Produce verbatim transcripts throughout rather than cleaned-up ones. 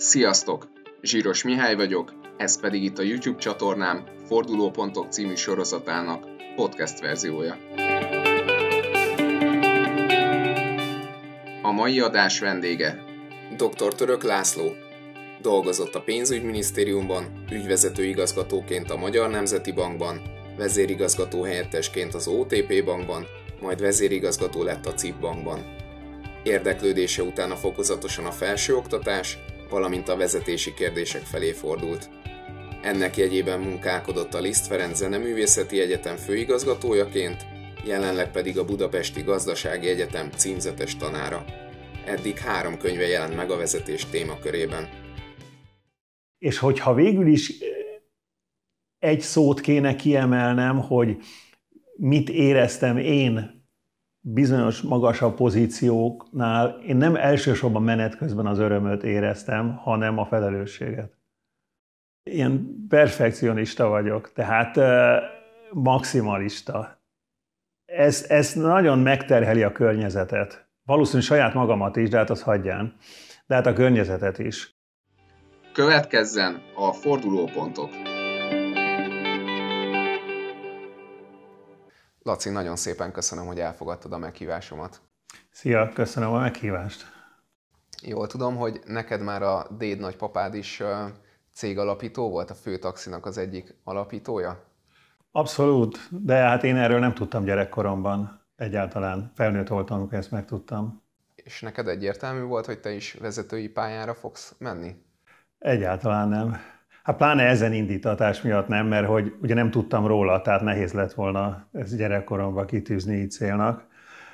Sziasztok! Zsíros Mihály vagyok, ez pedig itt a YouTube csatornám Fordulópontok című sorozatának podcast verziója. A mai adás vendége doktor Török László. Dolgozott a pénzügyminisztériumban, ügyvezető igazgatóként a Magyar Nemzeti Bankban, vezérigazgató helyettesként az o té pé Bankban, majd vezérigazgató lett a cé i pé Bankban. Érdeklődése utána fokozatosan a felsőoktatás, valamint a vezetési kérdések felé fordult. Ennek jegyében munkálkodott a Liszt Ferenc Zeneművészeti Egyetem főigazgatójaként, jelenleg pedig a Budapesti Gazdasági Egyetem címzetes tanára. Eddig három könyve jelent meg a vezetés témakörében. És hogyha végül is egy szót kéne kiemelnem, hogy mit éreztem én bizonyos magasabb pozícióknál, én nem elsősorban menet közben az örömöt éreztem, hanem a felelősséget. Ilyen perfekcionista vagyok, tehát maximalista. Ez, ez nagyon megterheli a környezetet. Valószínűleg saját magamat is, de hát az hagyján. De hát a környezetet is. Következzen a fordulópontok. Laci, nagyon szépen köszönöm, hogy elfogadtad a meghívásomat. Szia, köszönöm a meghívást. Jól tudom, hogy neked már a déd nagypapád is cégalapító volt, a Főtaxinak az egyik alapítója? Abszolút, de hát én erről nem tudtam gyerekkoromban egyáltalán. Felnőtt voltam, amikor ezt megtudtam. És neked egyértelmű volt, hogy te is vezetői pályára fogsz menni? Egyáltalán nem. Hát pláne ezen indítatás miatt nem, mert hogy ugye nem tudtam róla, tehát nehéz lett volna ezt gyerekkoromban kitűzni így célnak.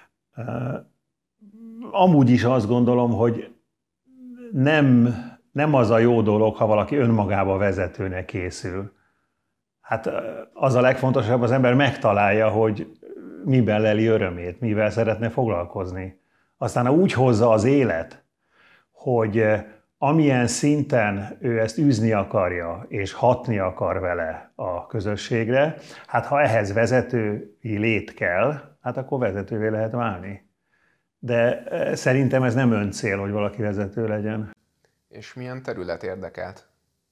Amúgy is azt gondolom, hogy nem, nem az a jó dolog, ha valaki önmagába vezetőnek készül. Hát az a legfontosabb, az ember megtalálja, hogy miben leli örömét, mivel szeretne foglalkozni. Aztán úgy hozza az élet, hogy amilyen szinten ő ezt űzni akarja, és hatni akar vele a közösségre, hát ha ehhez vezetői lét kell, hát akkor vezetővé lehet válni. De szerintem ez nem öncél, hogy valaki vezető legyen. És milyen terület érdekelt?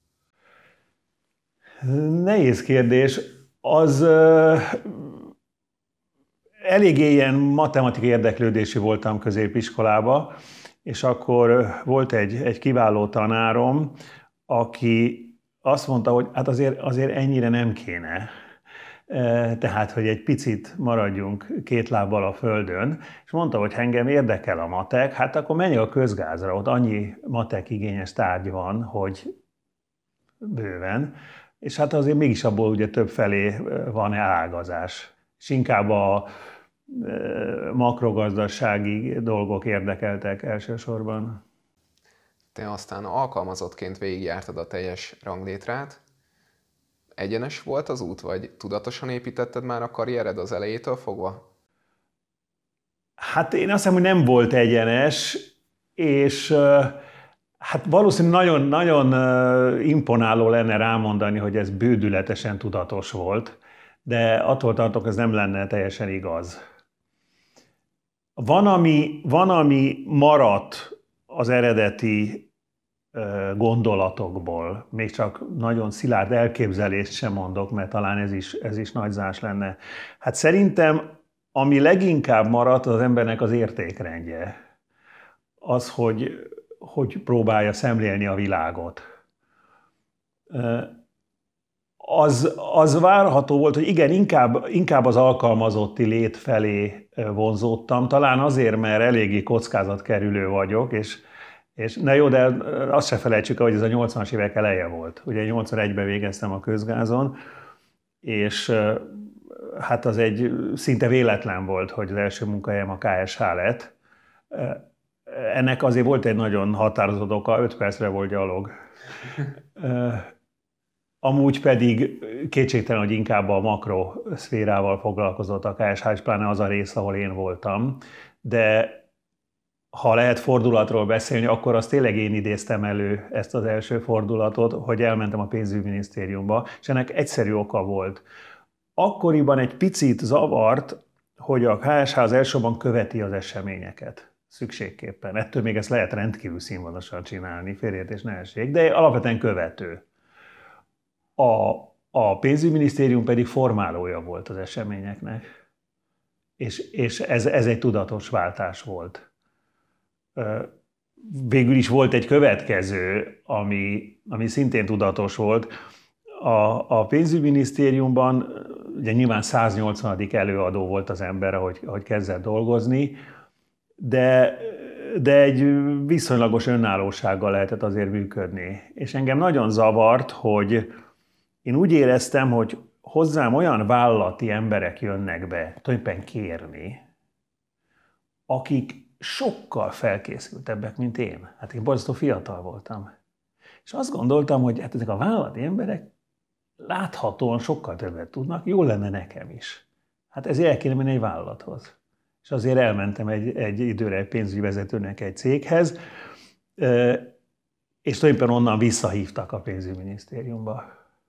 Nehéz kérdés. Az uh, eléggé ilyen matematikai érdeklődésű voltam középiskolában, és akkor volt egy, egy kiváló tanárom, aki azt mondta, hogy hát azért, azért ennyire nem kéne. Tehát, hogy egy picit maradjunk két lábbal a földön, és mondta, hogy engem érdekel a matek, hát akkor menjek a közgázra, ott annyi matek igényes tárgy van, hogy bőven, és hát azért mégis abból ugye több felé van ágazás, és inkább a makrogazdasági dolgok érdekeltek elsősorban. Te aztán alkalmazottként végigjártad a teljes ranglétrát. Egyenes volt az út, vagy tudatosan építetted már a karriered az elejétől fogva? Hát én azt hiszem, hogy nem volt egyenes, és hát valószínűleg nagyon, nagyon imponáló lenne rámondani, hogy ez bődületesen tudatos volt, de attól tartok, ez nem lenne teljesen igaz. Van, ami, van, ami maradt az eredeti gondolatokból, még csak nagyon szilárd elképzelést sem mondok, mert talán ez is, ez is nagyzás lenne. Hát szerintem, ami leginkább maradt az embernek az értékrendje. Az, hogy, hogy próbálja szemlélni a világot. Az, az várható volt, hogy igen, inkább, inkább az alkalmazotti lét felé vonzódtam, talán azért, mert eléggé kockázatkerülő vagyok, és, és na jó, de azt se felejtsük, hogy ez a nyolcvanas évek eleje volt. Ugye nyolcvanegyben végeztem a közgázon, és hát az egy szinte véletlen volt, hogy az első munkahelyem a ká es há lett. Ennek azért volt egy nagyon határozott oka, öt percre volt gyalog. Amúgy pedig kétségtelen, hogy inkább a makroszférával foglalkozott a ká es há, és pláne az a rész, ahol én voltam. De ha lehet fordulatról beszélni, akkor azt tényleg én idéztem elő ezt az első fordulatot, hogy elmentem a pénzügyminisztériumba, és ennek egyszerű oka volt. Akkoriban egy picit zavart, hogy a ká es há az elsősorban követi az eseményeket. szükségképpen. Ettől még ezt lehet rendkívül színvonalasan csinálni, félreértés ne essék, de alapvetően követő. A, a pénzügyminisztérium pedig formálója volt az eseményeknek, és, és ez, ez egy tudatos váltás volt. Végül is volt egy következő, ami, ami szintén tudatos volt. A, a pénzügyminisztériumban ugye nyilván száznyolcvanadik előadó volt az ember, ahogy, ahogy kezdett dolgozni, de, de egy viszonylagos önállósággal lehetett azért működni. És engem nagyon zavart, hogy én úgy éreztem, hogy hozzám olyan vállalati emberek jönnek be tulajdonképpen kérni, akik sokkal felkészültebbek, mint én. Hát én borzasztó fiatal voltam. És azt gondoltam, hogy hát ezek a vállalati emberek láthatóan sokkal többet tudnak, jó lenne nekem is. Hát ezért el kéne menni egy vállalathoz. És azért elmentem egy, egy időre egy pénzügyi vezetőnek egy céghez, és tulajdonképpen onnan visszahívtak a pénzügyminisztériumba.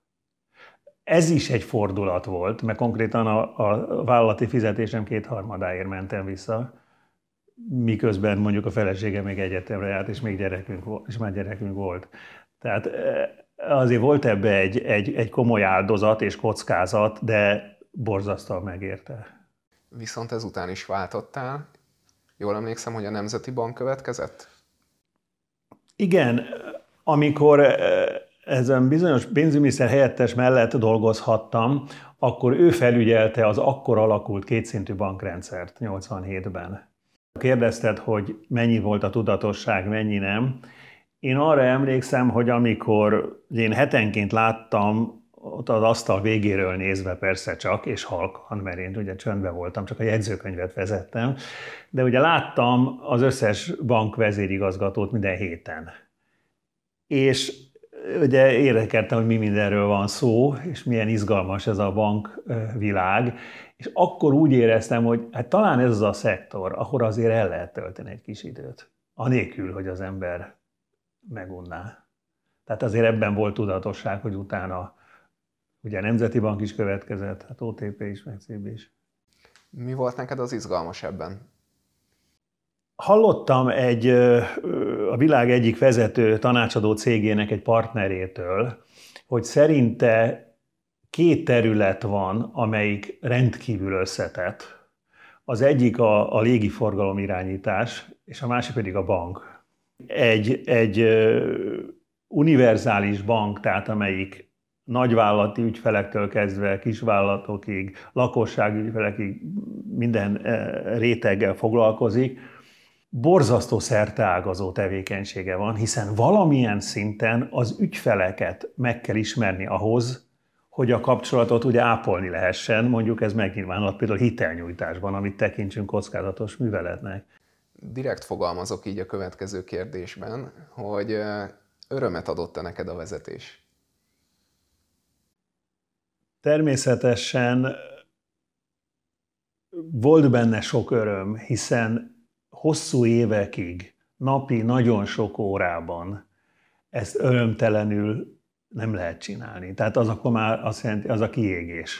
Ez is egy fordulat volt, mert konkrétan a, a vállalati fizetésem kétharmadáért mentem vissza, miközben mondjuk a felesége még egyetemre járt, és még gyerekünk volt, és már gyerekünk volt. Tehát azért volt ebbe egy, egy, egy komoly áldozat és kockázat, de borzasztóan megérte. Viszont ezután is váltottál. Jól emlékszem, hogy a Nemzeti Bank következett? Igen, amikor ezen bizonyos pénzügyminiszter helyettes mellett dolgozhattam, akkor ő felügyelte az akkor alakult kétszintű bankrendszert nyolcvanhétben. Kérdezted, hogy mennyi volt a tudatosság, mennyi nem. Én arra emlékszem, hogy amikor én hetenként láttam, ott az asztal végéről nézve persze csak, és halkan, mert én ugye csöndben voltam, csak a jegyzőkönyvet vezettem, de ugye láttam az összes bank vezérigazgatót minden héten. És ugye érdekeltem, hogy mi mindenről van szó, és milyen izgalmas ez a bankvilág, és akkor úgy éreztem, hogy hát talán ez az a szektor, ahol azért el lehet tölteni egy kis időt, anélkül, hogy az ember megunná. Tehát azért ebben volt tudatosság, hogy utána ugye a Nemzeti Bank is következett, hát o té pé is, meg cé bé is. Mi volt neked az izgalmas ebben? Hallottam egy, a világ egyik vezető tanácsadó cégének egy partnerétől, hogy szerinte két terület van, amelyik rendkívül összetett. Az egyik a, a légiforgalom irányítás, és a másik pedig a bank. Egy, egy univerzális bank, tehát amelyik nagyvállalati ügyfelektől kezdve kisvállalatokig, lakossági ügyfelekig minden réteggel foglalkozik, borzasztó szerteágazó tevékenysége van, hiszen valamilyen szinten az ügyfeleket meg kell ismerni ahhoz, hogy a kapcsolatot ugye ápolni lehessen, mondjuk ez megnyilvánulhat például hitelnyújtásban, amit tekintsünk kockázatos műveletnek. Direkt fogalmazok így a következő kérdésben, hogy örömet adott-e neked a vezetés? Természetesen volt benne sok öröm, hiszen hosszú évekig, napi nagyon sok órában ezt örömtelenül nem lehet csinálni. Tehát az akkor már azt jelenti, az a kiégés.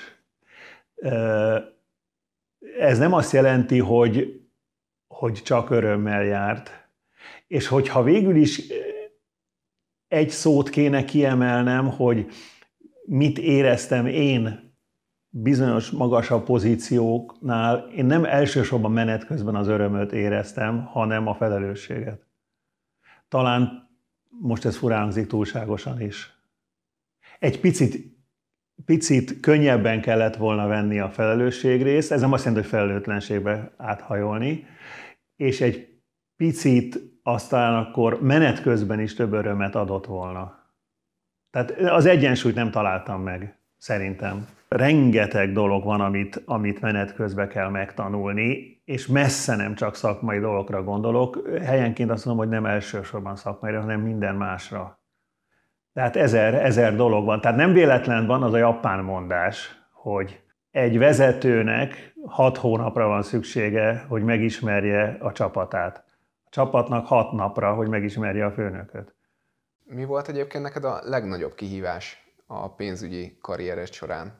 Ez nem azt jelenti, hogy, hogy csak örömmel járt, és hogyha végül is egy szót kéne kiemelnem, hogy mit éreztem én bizonyos magasabb pozícióknál, én nem elsősorban menet közben az örömöt éreztem, hanem a felelősséget. Talán most ez furán hangzik túlságosan is. Egy picit, picit könnyebben kellett volna venni a felelősségrészt, ez nem azt jelenti, hogy felelőtlenségbe áthajolni, és egy picit aztán akkor menet közben is több örömet adott volna. Tehát az egyensúlyt nem találtam meg, szerintem. Rengeteg dolog van, amit, amit menet közben kell megtanulni, és messze nem csak szakmai dolgokra gondolok. Helyenként azt mondom, hogy nem elsősorban szakmaira, hanem minden másra. Tehát ezer, ezer dolog van. Tehát nem véletlen van az a japán mondás, hogy egy vezetőnek hat hónapra van szüksége, hogy megismerje a csapatát. A csapatnak hat napra, hogy megismerje a főnököt. Mi volt egyébként neked a legnagyobb kihívás a pénzügyi karriered során?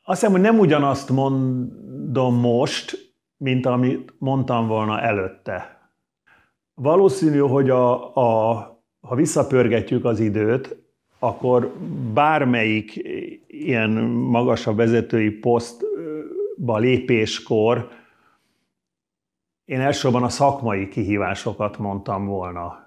Azt hiszem, hogy nem ugyanazt mondom most, mint amit mondtam volna előtte. Valószínű, hogy a, a, ha visszapörgetjük az időt, akkor bármelyik ilyen magasabb vezetői posztba lépéskor én elsősorban a szakmai kihívásokat mondtam volna.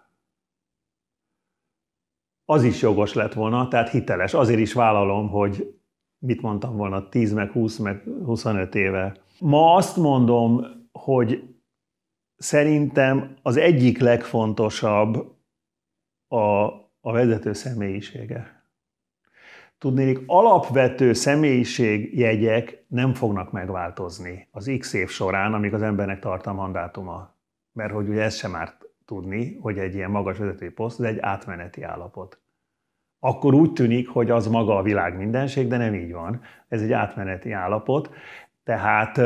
Az is jogos lett volna, tehát hiteles. Azért is vállalom, hogy mit mondtam volna tíz, meg húsz, meg huszonöt éve. Ma azt mondom, hogy szerintem az egyik legfontosabb a, a vezető személyisége. Tudnék, alapvető személyiségjegyek nem fognak megváltozni az X év során, amíg az embernek tart a mandátuma. Mert hogy ugye ezt sem árt tudni, hogy egy ilyen magas vezetői poszt, ez egy átmeneti állapot. Akkor úgy tűnik, hogy az maga a világ mindenség, de nem így van. Ez egy átmeneti állapot. Tehát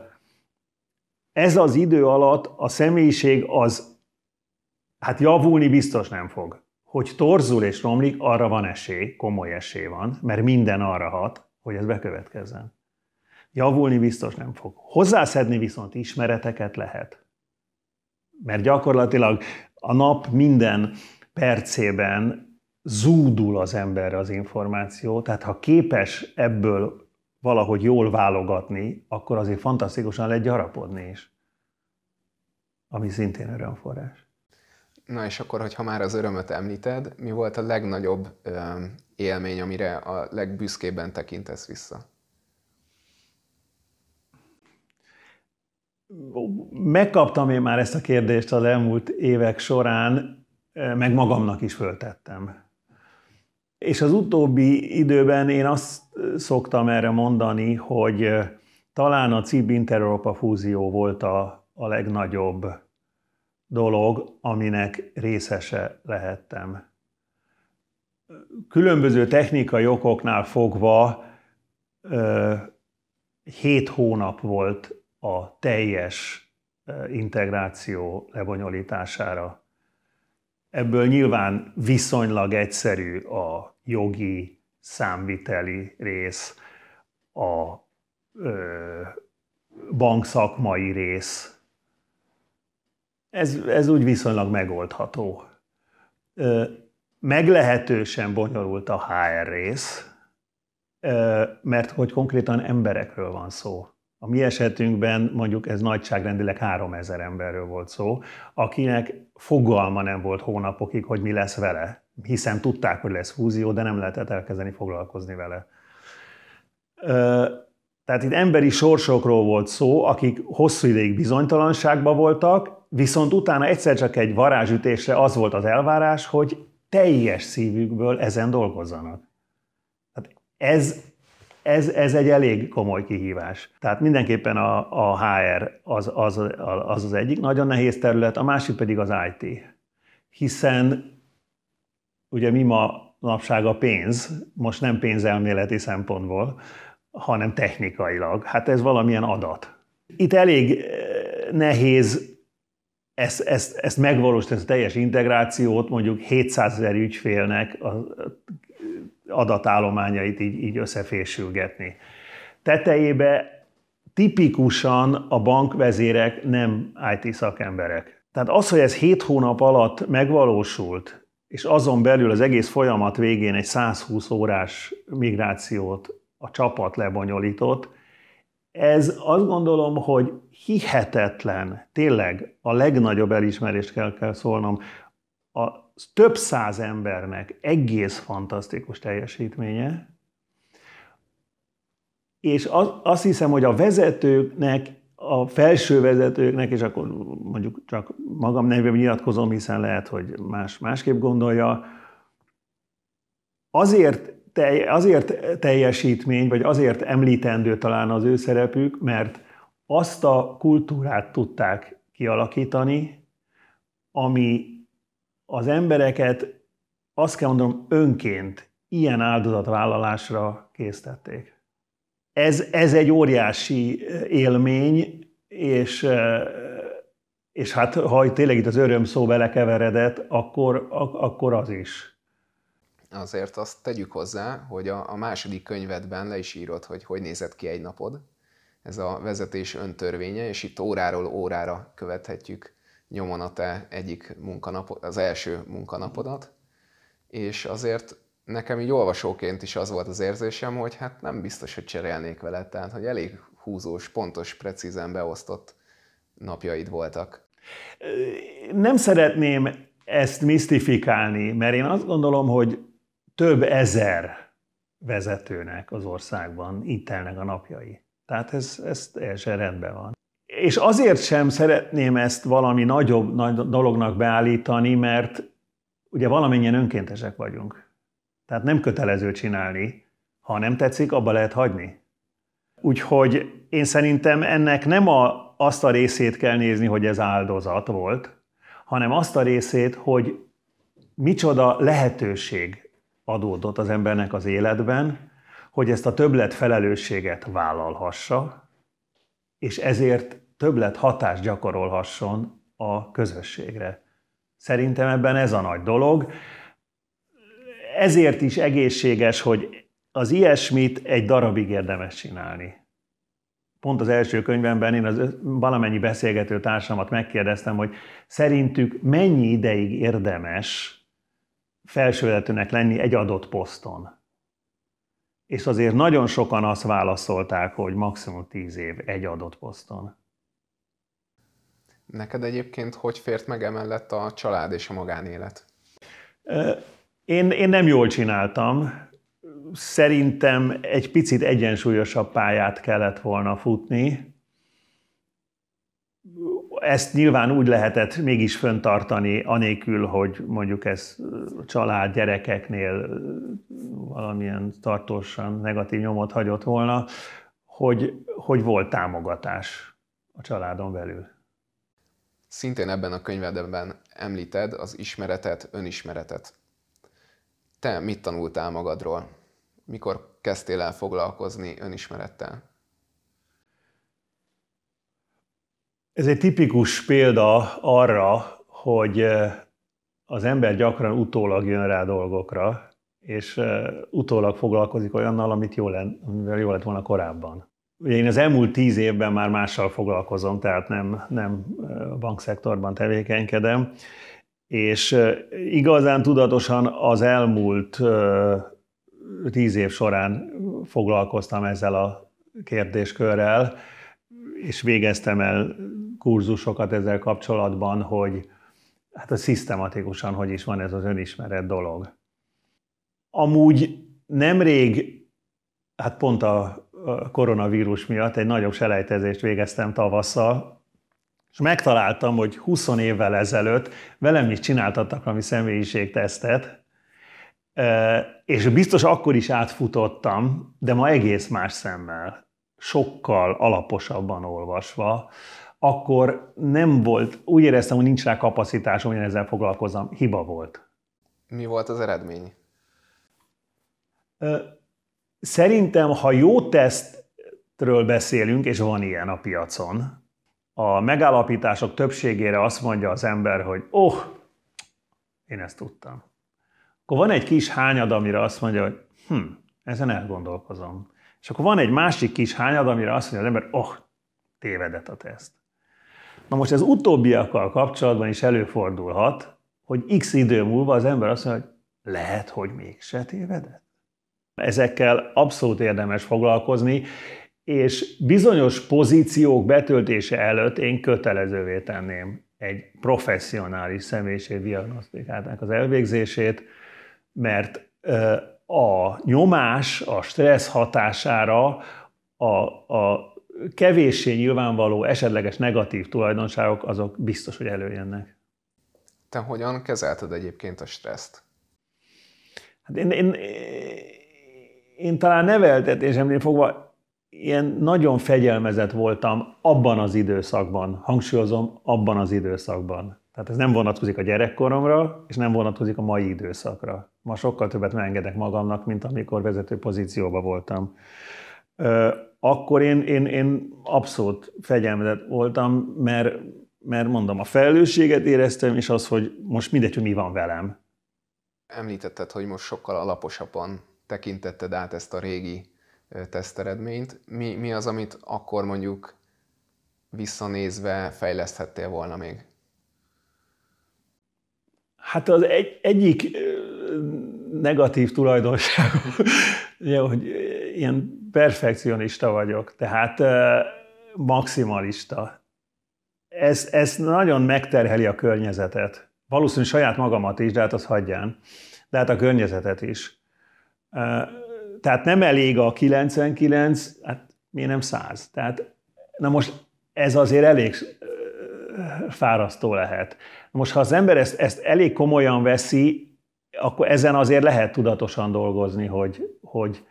ez az idő alatt a személyiség az, hát javulni biztos nem fog. Hogy torzul és romlik, arra van esély, komoly esély van, mert minden arra hat, hogy ez bekövetkezzen. Javulni biztos nem fog. Hozzászedni viszont ismereteket lehet. Mert gyakorlatilag a nap minden percében zúdul az emberre az információ, tehát ha képes ebből valahogy jól válogatni, akkor azért fantasztikusan lehet gyarapodni is, ami szintén örömforrás. Na és akkor, hogyha már az örömöt említed, mi volt a legnagyobb ö, élmény, amire a legbüszkébben tekintesz vissza? Megkaptam én már ezt a kérdést az elmúlt évek során, meg magamnak is föltettem. És az utóbbi időben én azt szoktam erre mondani, hogy talán a cé i bé Inter-Európa fúzió volt a, a legnagyobb dolog, aminek részese lehettem. Különböző technikai okoknál fogva hét hónap volt a teljes integráció lebonyolítására. Ebből nyilván viszonylag egyszerű a jogi, számviteli rész, a ö, bankszakmai rész. Ez, ez úgy viszonylag megoldható. Ö, meglehetősen bonyolult a há er rész, ö, mert hogy konkrétan emberekről van szó. A mi esetünkben mondjuk ez nagyságrendileg háromezer emberről volt szó, akinek fogalma nem volt hónapokig, hogy mi lesz vele, hiszen tudták, hogy lesz fúzió, de nem lehetett elkezdeni foglalkozni vele. Tehát itt emberi sorsokról volt szó, akik hosszú ideig bizonytalanságban voltak, viszont utána egyszer csak egy varázsütésre az volt az elvárás, hogy teljes szívükből ezen dolgozzanak. Tehát ez Ez, ez egy elég komoly kihívás. Tehát mindenképpen a, a há er az az, az az egyik nagyon nehéz terület, a másik pedig az i té. Hiszen ugye mi ma napság a pénz, most nem pénzelméleti szempontból, hanem technikailag. Hát ez valamilyen adat. Itt elég nehéz ezt, ezt, ezt megvalósítani, ezt a teljes integrációt mondjuk hétszázezer ügyfélnek a adatállományait így, így összefésülgetni. Tetejébe tipikusan a bankvezérek nem i té szakemberek. Tehát az, hogy ez hét hónap alatt megvalósult, és azon belül az egész folyamat végén egy százhúsz órás migrációt a csapat lebonyolított, ez azt gondolom, hogy hihetetlen, tényleg a legnagyobb elismerést kell, kell szólnom, a több száz embernek egész fantasztikus teljesítménye, és az, azt hiszem, hogy a vezetőknek, a felső vezetőknek, és akkor mondjuk csak magam nevében nyilatkozom, hiszen lehet, hogy más másképp gondolja, azért, telj, azért teljesítmény, vagy azért említendő talán az ő szerepük, mert azt a kultúrát tudták kialakítani, ami az embereket, azt kell mondanom, önként ilyen áldozatvállalásra késztették. Ez, ez egy óriási élmény, és, és hát ha tényleg itt az öröm szó belekeveredett, akkor, akkor az is. Azért azt tegyük hozzá, hogy a, a második könyvedben le is írod, hogy hogy nézett ki egy napod. Ez a vezetés öntörvénye, és itt óráról órára követhetjük nyomon a te egyik munkanapod, az első munkanapodat. És azért nekem így olvasóként is az volt az érzésem, hogy hát nem biztos, hogy cserélnék veled, tehát hogy elég húzós, pontos, precízen beosztott napjaid voltak. Nem szeretném ezt misztifikálni, mert én azt gondolom, hogy több ezer vezetőnek az országban itt telnek a napjai. Tehát ez, ez teljesen rendben van. És azért sem szeretném ezt valami nagyobb nagy dolognak beállítani, mert ugye valamennyien önkéntesek vagyunk. Tehát nem kötelező csinálni. Ha nem tetszik, abba lehet hagyni. Úgyhogy én szerintem ennek nem a, azt a részét kell nézni, hogy ez áldozat volt, hanem azt a részét, hogy micsoda lehetőség adódott az embernek az életben, hogy ezt a többlet felelősséget vállalhassa, és ezért többlet hatást gyakorolhasson a közösségre. Szerintem ebben ez a nagy dolog. Ezért is egészséges, hogy az ilyesmit egy darabig érdemes csinálni. Pont az első könyvemben én az valamennyi beszélgető társamat megkérdeztem, hogy szerintük mennyi ideig érdemes felsővezetőnek lenni egy adott poszton. És azért nagyon sokan azt válaszolták, hogy maximum tíz év egy adott poszton. Neked egyébként hogy fért meg emellett a család és a magánélet? Én, én nem jól csináltam. Szerintem egy picit egyensúlyosabb pályát kellett volna futni. Ezt nyilván úgy lehetett mégis fenntartani, anélkül, hogy mondjuk ez család, gyerekeknél valamilyen tartósan negatív nyomot hagyott volna, hogy, hogy volt támogatás a családon belül. Szintén ebben a könyvedben említed az ismeretet, önismeretet. Te mit tanultál magadról? Mikor kezdtél el foglalkozni önismerettel? Ez egy tipikus példa arra, hogy az ember gyakran utólag jön rá dolgokra, és utólag foglalkozik olyannal, amit jó lett, amivel jó lett volna korábban. Ugye én az elmúlt tíz évben már mással foglalkozom, tehát nem, nem a bankszektorban tevékenykedem, és igazán tudatosan az elmúlt tíz év során foglalkoztam ezzel a kérdéskörrel, és végeztem el kurzusokat ezzel kapcsolatban, hogy hát a szisztematikusan hogy is van ez az önismeret dolog. Amúgy nemrég, hát pont a koronavírus miatt egy nagyobb selejtezést végeztem tavasszal, és megtaláltam, hogy húsz évvel ezelőtt velem is csináltattak valami személyiségtesztet, és biztos akkor is átfutottam, de ma egész más szemmel, sokkal alaposabban olvasva, akkor nem volt, úgy éreztem, hogy nincs rá kapacitásom, hogy ezzel foglalkozzam. Hiba volt. Mi volt az eredmény? Szerintem, ha jó tesztről beszélünk, és van ilyen a piacon, a megállapítások többségére azt mondja az ember, hogy oh, én ezt tudtam. Akkor van egy kis hányad, amire azt mondja, hogy hm, ezen elgondolkozom. És akkor van egy másik kis hányad, amire azt mondja az ember, oh, tévedett a teszt. Na most ez utóbbiakkal kapcsolatban is előfordulhat, hogy x idő múlva az ember azt mondja, hogy lehet, hogy mégse tévedett. Ezekkel abszolút érdemes foglalkozni, és bizonyos pozíciók betöltése előtt én kötelezővé tenném egy professzionális személyiségdiagnosztikának az elvégzését, mert a nyomás, a stressz hatására a, a kevéssé nyilvánvaló esetleges negatív tulajdonságok azok biztos, hogy előjönnek. Te hogyan kezelted egyébként a stresszt? Hát én, én, én talán neveltetésemnél fogva ilyen nagyon fegyelmezett voltam abban az időszakban, hangsúlyozom, abban az időszakban. Tehát ez nem vonatkozik a gyerekkoromra, és nem vonatkozik a mai időszakra. Ma sokkal többet megengedek magamnak, mint amikor vezető pozícióban voltam. Akkor én, én, én abszolút fegyelmezett voltam, mert, mert mondom, a felelősséget éreztem, és az, hogy most mindegy, hogy mi van velem. Említetted, hogy most sokkal alaposabban tekintetted át ezt a régi teszteredményt. Mi, mi az, amit akkor mondjuk visszanézve fejleszthettél volna még? Hát az egy, egyik negatív tulajdonság, hogy ilyen perfekcionista vagyok, tehát maximalista. Ez, ez nagyon megterheli a környezetet. Valószínűleg saját magamat is, de hát az hagyján. De hát a környezetet is. Tehát nem elég a kilencvenkilenc, hát miért nem száz? Tehát, na most ez azért elég fárasztó lehet. Most ha az ember ezt, ezt elég komolyan veszi, akkor ezen azért lehet tudatosan dolgozni, hogy, hogy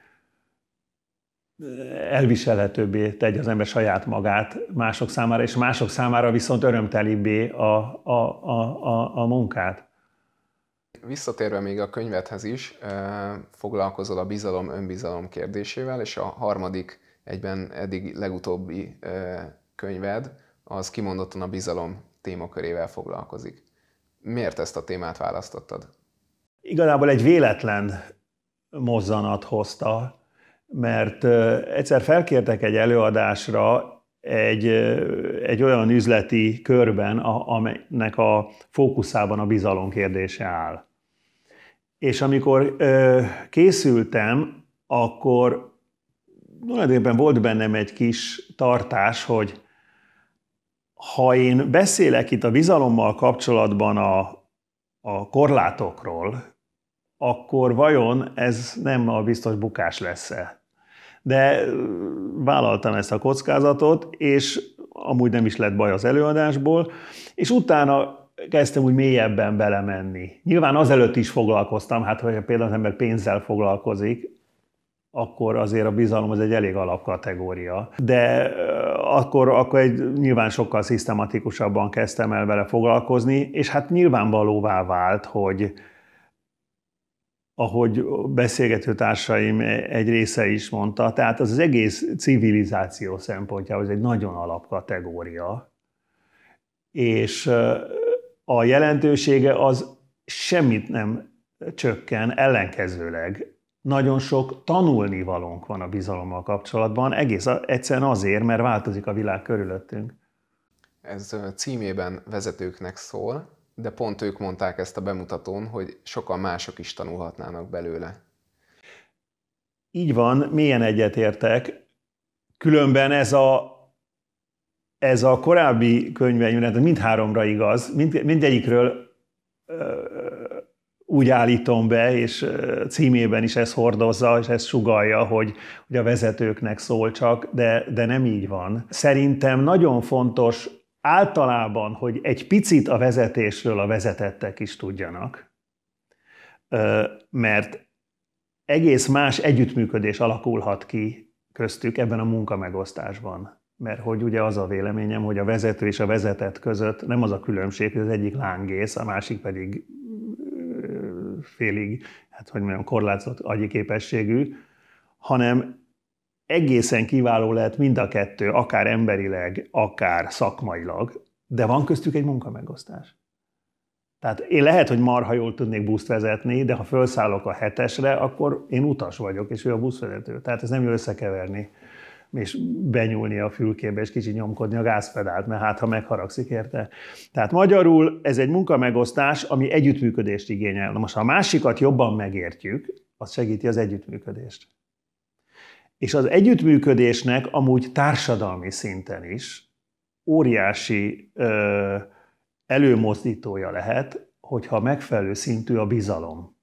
elviselhetőbbé tegye az ember saját magát mások számára, és mások számára viszont örömtelibbé a, a, a, a, a munkát. Visszatérve még a könyvedhez is, foglalkozol a bizalom-önbizalom kérdésével, és a harmadik, egyben eddig legutóbbi könyved, az kimondottan a bizalom témakörével foglalkozik. Miért ezt a témát választottad? Igazából egy véletlen mozzanat hozta, mert egyszer felkértek egy előadásra egy, egy olyan üzleti körben, amelynek a fókuszában a bizalom kérdése áll. És amikor készültem, akkor tulajdonképpen volt bennem egy kis tartás, hogy ha én beszélek itt a bizalommal kapcsolatban a, a korlátokról, akkor vajon ez nem a biztos bukás lesz-e? De vállaltam ezt a kockázatot, és amúgy nem is lett baj az előadásból, és utána kezdtem úgy mélyebben belemenni. Nyilván azelőtt is foglalkoztam, hát hogyha például az ember pénzzel foglalkozik, akkor azért a bizalom az egy elég alapkategória. De akkor, akkor egy, nyilván sokkal szisztematikusabban kezdtem el vele foglalkozni, és hát nyilvánvalóvá vált, hogy ahogy beszélgető társaim egy része is mondta, tehát az, az egész civilizáció szempontjából ez egy nagyon alapkategória, és a jelentősége az semmit nem csökken, ellenkezőleg nagyon sok tanulnivalónk van a bizalommal kapcsolatban, egész egyszerűen azért, mert változik a világ körülöttünk. Ez címében vezetőknek szól, de pont ők mondták ezt a bemutatón, hogy sokan mások is tanulhatnának belőle. Így van, mélyen egyetértek. Különben ez a, ez a korábbi könyveimre, mindháromra igaz, mind, mindegyikről ö, úgy állítom be, és címében is ez hordozza, és ez sugallja, hogy, hogy a vezetőknek szól csak, de, de nem így van. Szerintem nagyon fontos általában, hogy egy picit a vezetésről a vezetettek is tudjanak, mert egész más együttműködés alakulhat ki köztük ebben a munkamegosztásban. Mert hogy ugye az a véleményem, hogy a vezető és a vezetett között nem az a különbség, hogy az egyik lángész, a másik pedig félig, hát hogy mondjam, korlátozott agyi képességű, hanem egészen kiváló lehet mind a kettő, akár emberileg, akár szakmailag, de van köztük egy munkamegosztás. Tehát én lehet, hogy marha jól tudnék buszt vezetni, de ha felszállok a hetesre, akkor én utas vagyok, és ő a buszvezető. Tehát ez nem jó összekeverni, és benyúlni a fülkébe, és kicsit nyomkodni a gázpedált, mert hát, ha megharagszik érte. Tehát magyarul ez egy munkamegosztás, ami együttműködést igényel. Na most, ha a másikat jobban megértjük, az segíti az együttműködést. És az együttműködésnek amúgy társadalmi szinten is óriási ö, előmozdítója lehet, hogyha megfelelő szintű a bizalom.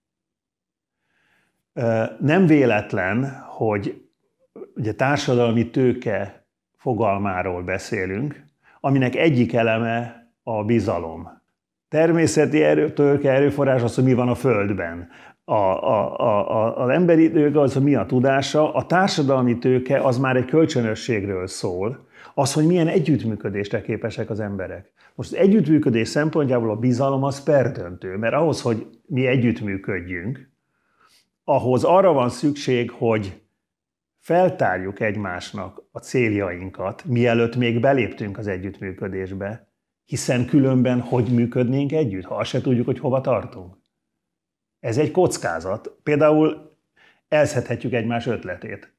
Ö, nem véletlen, hogy ugye társadalmi tőke fogalmáról beszélünk, aminek egyik eleme a bizalom. Természeti erő, tőke erőforrás az, hogy mi van a Földben. A, a, a, az emberi tőke az, hogy mi a tudása, a társadalmi tőke az már egy kölcsönösségről szól, az, hogy milyen együttműködésre képesek az emberek. Most az együttműködés szempontjából a bizalom az perdöntő, mert ahhoz, hogy mi együttműködjünk, ahhoz arra van szükség, hogy feltárjuk egymásnak a céljainkat, mielőtt még beléptünk az együttműködésbe, hiszen különben hogy működnénk együtt, ha azt se tudjuk, hogy hova tartunk. Ez egy kockázat. Például elszedhetjük egymás ötletét.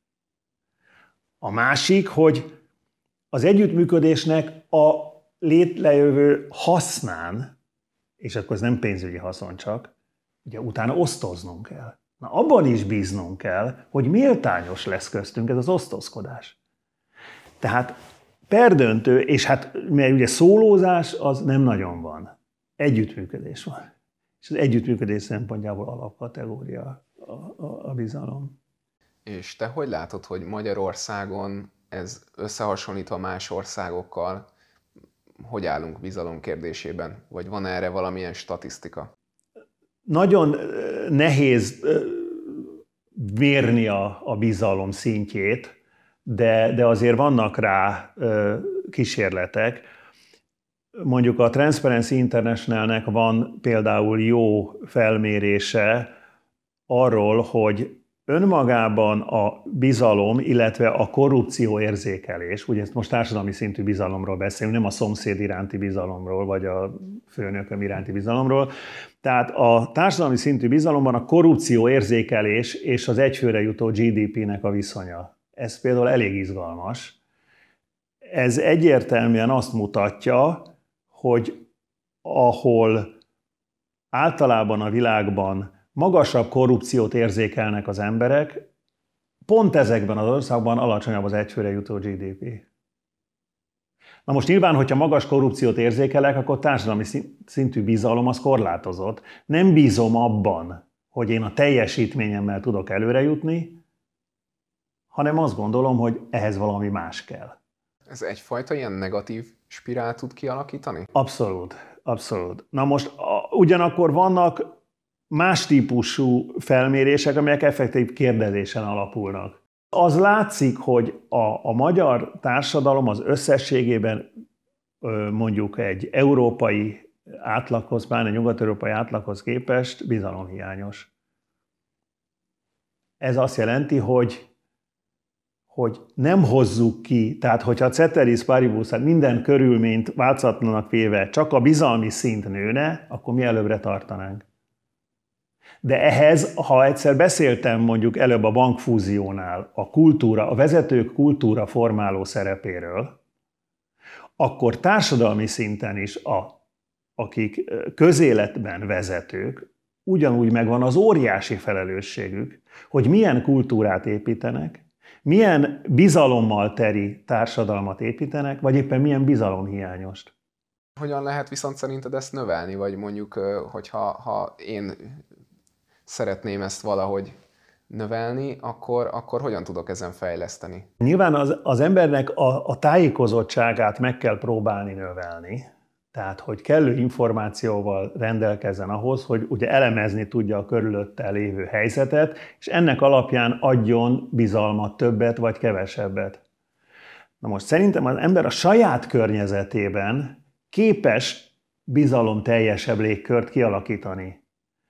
A másik, hogy az együttműködésnek a létrejövő hasznán, és akkor ez nem pénzügyi haszon csak, ugye utána osztoznunk kell. Na abban is bíznunk kell, hogy méltányos lesz köztünk ez az osztozkodás. Tehát perdöntő, és hát mert ugye szólózás az nem nagyon van. Együttműködés van. És az együttműködés szempontjából alapkategória a, a, a bizalom. És te hogy látod, hogy Magyarországon ez összehasonlítva más országokkal, hogy állunk bizalom kérdésében? Vagy van erre valamilyen statisztika? Nagyon nehéz mérni a, a bizalom szintjét, de, de azért vannak rá kísérletek. Mondjuk a Transparency Internationalnek van például jó felmérése arról, hogy önmagában a bizalom, illetve a korrupció érzékelés, ugye ezt most társadalmi szintű bizalomról beszélünk, nem a szomszéd iránti bizalomról, vagy a főnököm iránti bizalomról. Tehát a társadalmi szintű bizalomban a korrupció érzékelés és az egyfőre jutó gé dé pének a viszonya. Ez például elég izgalmas. Ez egyértelműen azt mutatja, hogy ahol általában a világban magasabb korrupciót érzékelnek az emberek, pont ezekben az országban alacsonyabb az egyfőre jutó gé dé pé. Na most nyilván, hogyha magas korrupciót érzékelek, akkor társadalmi szintű bizalom az korlátozott. Nem bízom abban, hogy én a teljesítményemmel tudok előre jutni, hanem azt gondolom, hogy ehhez valami más kell. Ez egyfajta ilyen negatív spirál tud kialakítani? Abszolút, abszolút. Na most a, ugyanakkor vannak más típusú felmérések, amelyek effektív kérdezésen alapulnak. Az látszik, hogy a, a magyar társadalom az összességében mondjuk egy európai átlaghoz, pláne nyugat-európai átlaghoz képest bizalomhiányos. Ez azt jelenti, hogy, hogy nem hozzuk ki, tehát hogyha a ceteris paribus, hát minden körülményt változatlanak véve csak a bizalmi szint nőne, akkor mi előbbre tartanánk. De ehhez, ha egyszer beszéltem mondjuk előbb a bankfúziónál a kultúra, a vezetők kultúra formáló szerepéről, akkor társadalmi szinten is, a, akik közéletben vezetők, ugyanúgy megvan az óriási felelősségük, hogy milyen kultúrát építenek, milyen bizalommal teri társadalmat építenek, vagy éppen milyen bizalomhiányost. Hogyan lehet viszont szerinted ezt növelni, vagy mondjuk, hogyha ha én szeretném ezt valahogy növelni, akkor, akkor hogyan tudok ezen fejleszteni? Nyilván az, az embernek a, a tájékozottságát meg kell próbálni növelni, tehát hogy kellő információval rendelkezzen ahhoz, hogy ugye elemezni tudja a körülötte lévő helyzetet, és ennek alapján adjon bizalmat, többet vagy kevesebbet. Na most szerintem az ember a saját környezetében képes bizalomteljesebb légkört kialakítani.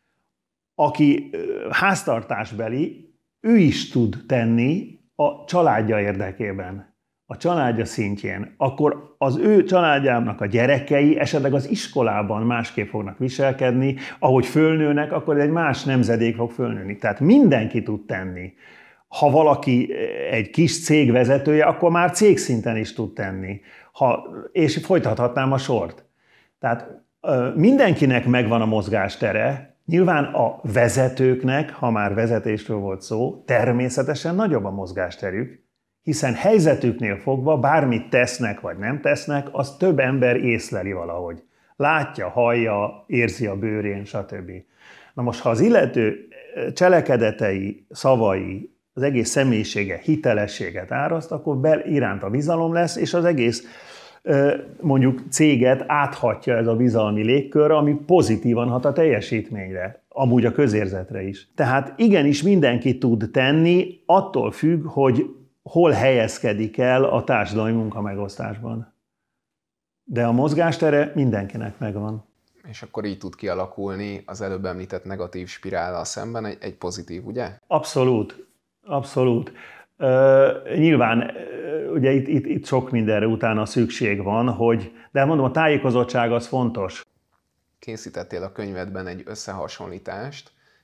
Aki háztartásbeli, ő is tud tenni a családja érdekében, a családja szintjén. Akkor az ő családjának a gyerekei esetleg az iskolában másképp fognak viselkedni, ahogy fölnőnek, akkor egy más nemzedék fog fölnőni. Tehát mindenki tud tenni. Ha valaki egy kis cég vezetője, akkor már cégszinten is tud tenni. Ha, és folytathatnám a sort. Tehát mindenkinek megvan a mozgástere. Nyilván a vezetőknek, ha már vezetésről volt szó, természetesen nagyobb a mozgásterük, hiszen helyzetüknél fogva bármit tesznek vagy nem tesznek, az több ember észleli valahogy. Látja, hallja, érzi a bőrén, stb. Na most, ha az illető cselekedetei, szavai, az egész személyisége hitelességet áraszt, akkor be iránt a bizalom lesz, és az egész mondjuk céget áthatja ez a bizalmi légkör, ami pozitívan hat a teljesítményre, amúgy a közérzetre is. Tehát igenis mindenki tud tenni, attól függ, hogy hol helyezkedik el a társadalmi munkamegosztásban. De a mozgástere mindenkinek megvan. És akkor így tud kialakulni az előbb említett negatív spirállal szemben egy, egy pozitív, ugye? Abszolút, abszolút. Uh, nyilván uh, ugye itt, itt, itt sok mindenre utána szükség van, hogy, de mondom, a tájékozottság az fontos. Készítettél a könyvedben egy összehasonlítást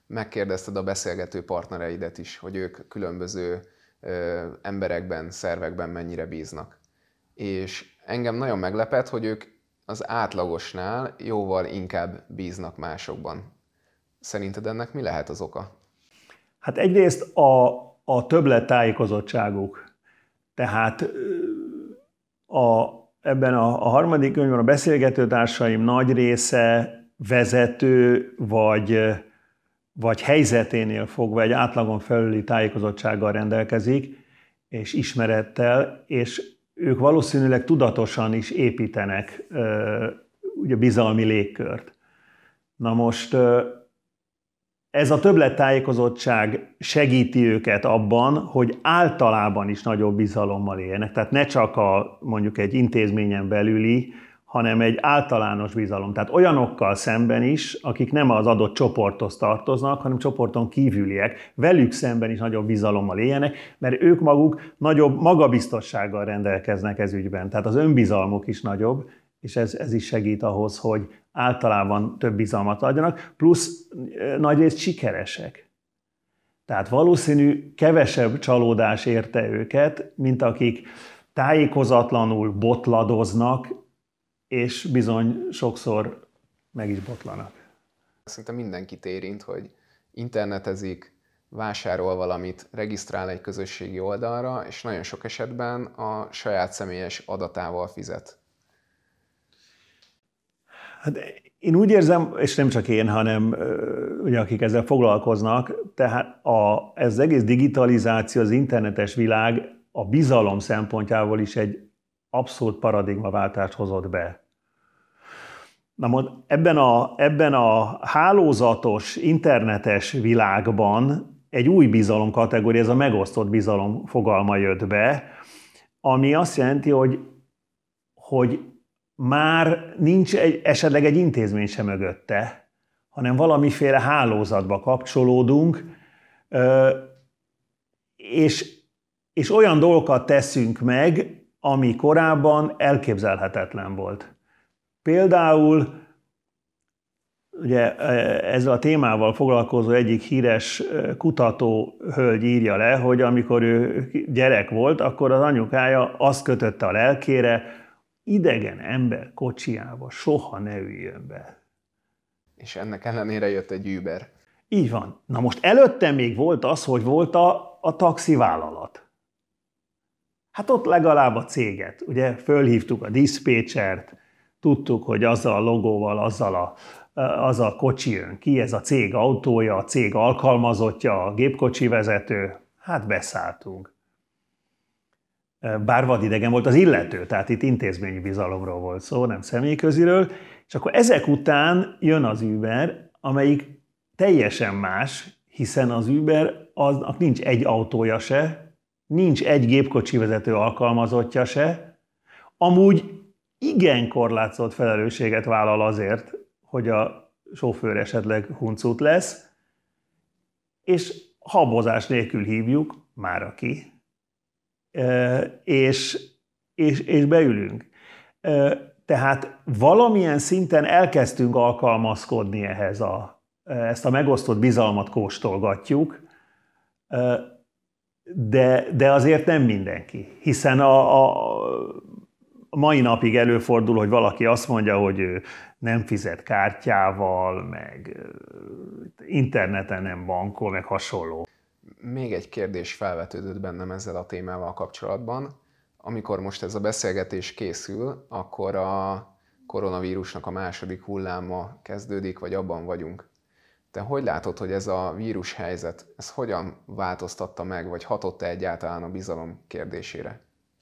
megkérdezted a beszélgető partnereidet is, hogy ők különböző ö, emberekben, szervekben mennyire bíznak. És engem nagyon meglepett, hogy ők az átlagosnál jóval inkább bíznak másokban. Szerinted ennek mi lehet az oka? Hát egyrészt a, a többlet tájékozottságuk. Tehát a, ebben a, a harmadik könyvben a beszélgetőtársaim nagy része vezető vagy, vagy helyzeténél fogva egy átlagon felüli tájékozottsággal rendelkezik, és ismerettel, és ők valószínűleg tudatosan is építenek ugye, bizalmi légkört. Na most ez a többlettájékozottság segíti őket abban, hogy általában is nagyobb bizalommal éljenek. Tehát ne csak a, mondjuk egy intézményen belüli, hanem egy általános bizalom. Tehát olyanokkal szemben is, akik nem az adott csoporthoz tartoznak, hanem csoporton kívüliek, velük szemben is nagyobb bizalommal éljenek, mert ők maguk nagyobb magabiztossággal rendelkeznek ez ügyben. Tehát az önbizalmuk is nagyobb, és ez, ez is segít ahhoz, hogy általában több bizalmat adjanak, plusz nagyrészt sikeresek. Tehát valószínű kevesebb csalódás érte őket, mint akik tájékozatlanul botladoznak, és bizony sokszor meg is botlanak. Szerintem mindenkit érint, hogy internetezik, vásárol valamit, regisztrál egy közösségi oldalra, és nagyon sok esetben a saját személyes adatával fizet. Hát én úgy érzem, és nem csak én, hanem ugye, akik ezzel foglalkoznak, tehát a, ez az egész digitalizáció, az internetes világ a bizalom szempontjából is egy abszolút paradigmaváltást hozott be. Na most ebben a, ebben a hálózatos, internetes világban egy új bizalom kategória, ez a megosztott bizalom fogalma jött be, ami azt jelenti, hogy, hogy már nincs egy, esetleg egy intézmény sem mögötte, hanem valamiféle hálózatba kapcsolódunk, és, és olyan dolgokat teszünk meg, ami korábban elképzelhetetlen volt. Például ugye ezzel a témával foglalkozó egyik híres kutató hölgy írja le, hogy amikor ő gyerek volt, akkor az anyukája azt kötötte a lelkére, idegen ember kocsiába soha ne üljön be. És ennek ellenére jött egy Uber. Így van. Na most előtte még volt az, hogy volt a, a taxivállalat. Hát ott legalább a céget. Ugye fölhívtuk a diszpécsert, tudtuk, hogy azzal a logóval, azzal a, az a kocsi jön ki, ez a cég autója, a cég alkalmazottja, a gépkocsi vezető, hát beszálltunk. Bár vadidegen volt az illető, tehát itt intézményi bizalomról volt szó, nem személyköziről, és akkor ezek után jön az Uber, amelyik teljesen más, hiszen az Uber aznak nincs egy autója se, nincs egy gépkocsi vezető alkalmazottja se, amúgy igen korlátozott felelősséget vállal azért, hogy a sofőr esetleg huncut lesz, és habozás nélkül hívjuk, már aki, és, és, és beülünk. Tehát valamilyen szinten elkezdtünk alkalmazkodni ehhez a, ezt a megosztott bizalmat kóstolgatjuk, de, de azért nem mindenki, hiszen a, a, a mai napig előfordul, hogy valaki azt mondja, hogy ő nem fizet kártyával, meg interneten nem bankol, meg hasonló. Még egy kérdés felvetődött bennem ezzel a témával kapcsolatban. Amikor most ez a beszélgetés készül, akkor a koronavírusnak a második hulláma kezdődik, vagy abban vagyunk. Te hogy látod, hogy ez a vírushelyzet, ez hogyan változtatta meg, vagy hatott-e egyáltalán a bizalom kérdésére?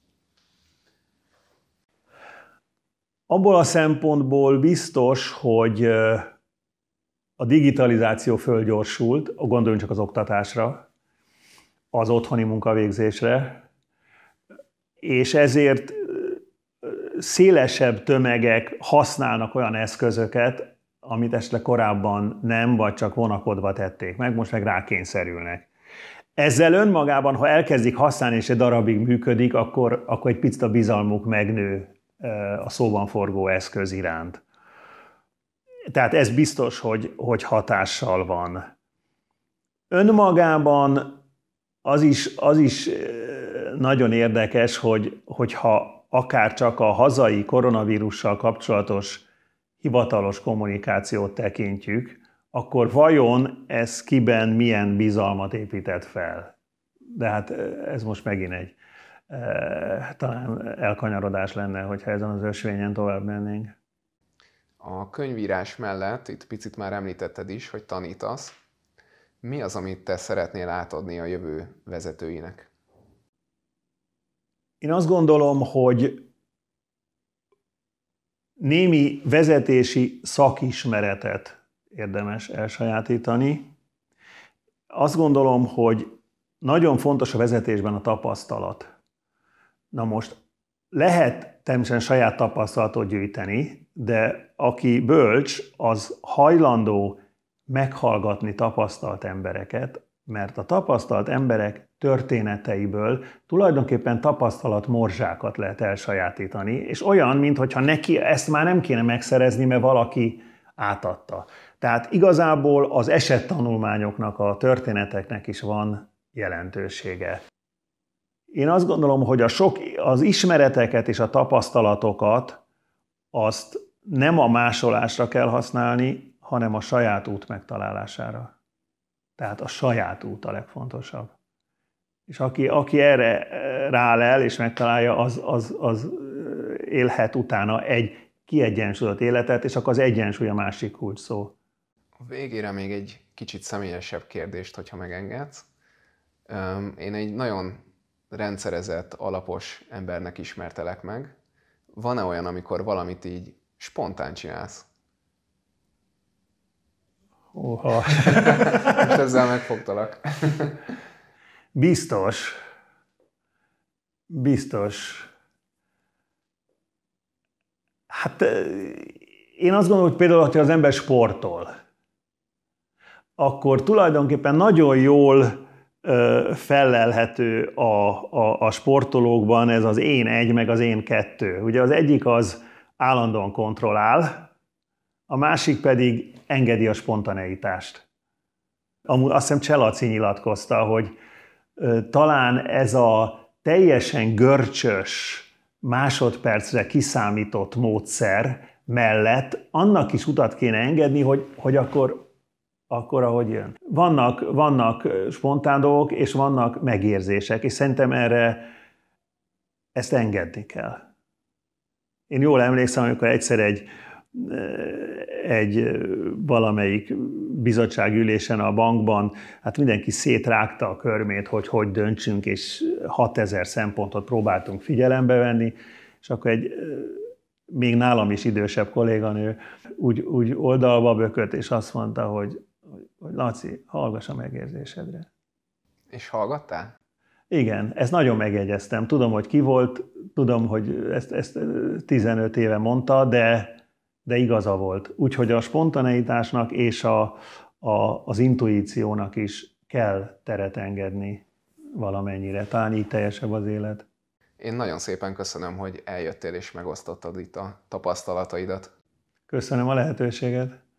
Abból a szempontból biztos, hogy a digitalizáció fölgyorsult, gondoljunk csak az oktatásra, az otthoni munkavégzésre, és ezért szélesebb tömegek használnak olyan eszközöket, amit esetleg korábban nem, vagy csak vonakodva tették meg, most meg rákényszerülnek. Ezzel önmagában, ha elkezdik használni, és egy darabig működik, akkor, akkor egy picit a bizalmuk megnő a szóban forgó eszköz iránt. Tehát ez biztos, hogy, hogy hatással van. Önmagában az is, az is nagyon érdekes, hogy, hogyha akár csak a hazai koronavírussal kapcsolatos hivatalos kommunikációt tekintjük, akkor vajon ez kiben milyen bizalmat épített fel? De hát ez most megint egy e, talán elkanyarodás lenne, hogyha ezen az ösvényen tovább mennénk. A könyvírás mellett, itt picit már említetted is, hogy tanítasz. Mi az, amit te szeretnél átadni a jövő vezetőinek? Én azt gondolom, hogy némi vezetési szakismeretet érdemes elsajátítani. Azt gondolom, hogy nagyon fontos a vezetésben a tapasztalat. Na most lehet természetesen saját tapasztalatot gyűjteni, de aki bölcs, az hajlandó meghallgatni tapasztalt embereket, mert a tapasztalt emberek történeteiből tulajdonképpen tapasztalat morzsákat lehet elsajátítani, és olyan, mintha neki ezt már nem kéne megszerezni, mert valaki átadta. Tehát igazából az esettanulmányoknak, a történeteknek is van jelentősége. Én azt gondolom, hogy a sok, az ismereteket és a tapasztalatokat azt nem a másolásra kell használni, hanem a saját út megtalálására. Tehát a saját út a legfontosabb. És aki, aki erre rálel és megtalálja, az, az, az élhet utána egy kiegyensúlyozott életet, és akkor az egyensúly a másik kulcs szó. A végére még egy kicsit személyesebb kérdést, hogyha megengedsz. Én egy nagyon rendszerezett, alapos embernek ismertelek meg. Van-e olyan, amikor valamit így spontán csinálsz? Oha. Most ezzel megfogtalak. Biztos. Biztos. Hát én azt gondolom, hogy például, ha az ember sportol, akkor tulajdonképpen nagyon jól fellelhető a, a, a sportolókban ez az én egy, meg az én kettő. Ugye az egyik az állandóan kontrollál, a másik pedig engedi a spontaneitást. Amúgy azt hiszem Cselaci nyilatkozta, hogy talán ez a teljesen görcsös, másodpercre kiszámított módszer mellett annak is utat kéne engedni, hogy, hogy akkor, akkor ahogy jön. Vannak, vannak spontán dolgok, és vannak megérzések, és szerintem erre ezt engedni kell. Én jól emlékszem, amikor egyszer egy, egy valamelyik bizottságülésen a bankban, hát mindenki szétrágta a körmét, hogy hogy döntsünk, és hatezer szempontot próbáltunk figyelembe venni, és akkor egy még nálam is idősebb kolléganő úgy, úgy oldalba bökött, és azt mondta, hogy, hogy Laci, hallgass a megérzésedre. És hallgattál? Igen, ezt nagyon megjegyeztem. Tudom, hogy ki volt, tudom, hogy ezt, ezt tizenöt éve mondta, de, de igaza volt. Úgyhogy a spontaneitásnak és a, a, az intuíciónak is kell teret engedni valamennyire. Talán így teljesebb az élet. Én nagyon szépen köszönöm, hogy eljöttél és megosztottad itt a tapasztalataidat. Köszönöm a lehetőséget.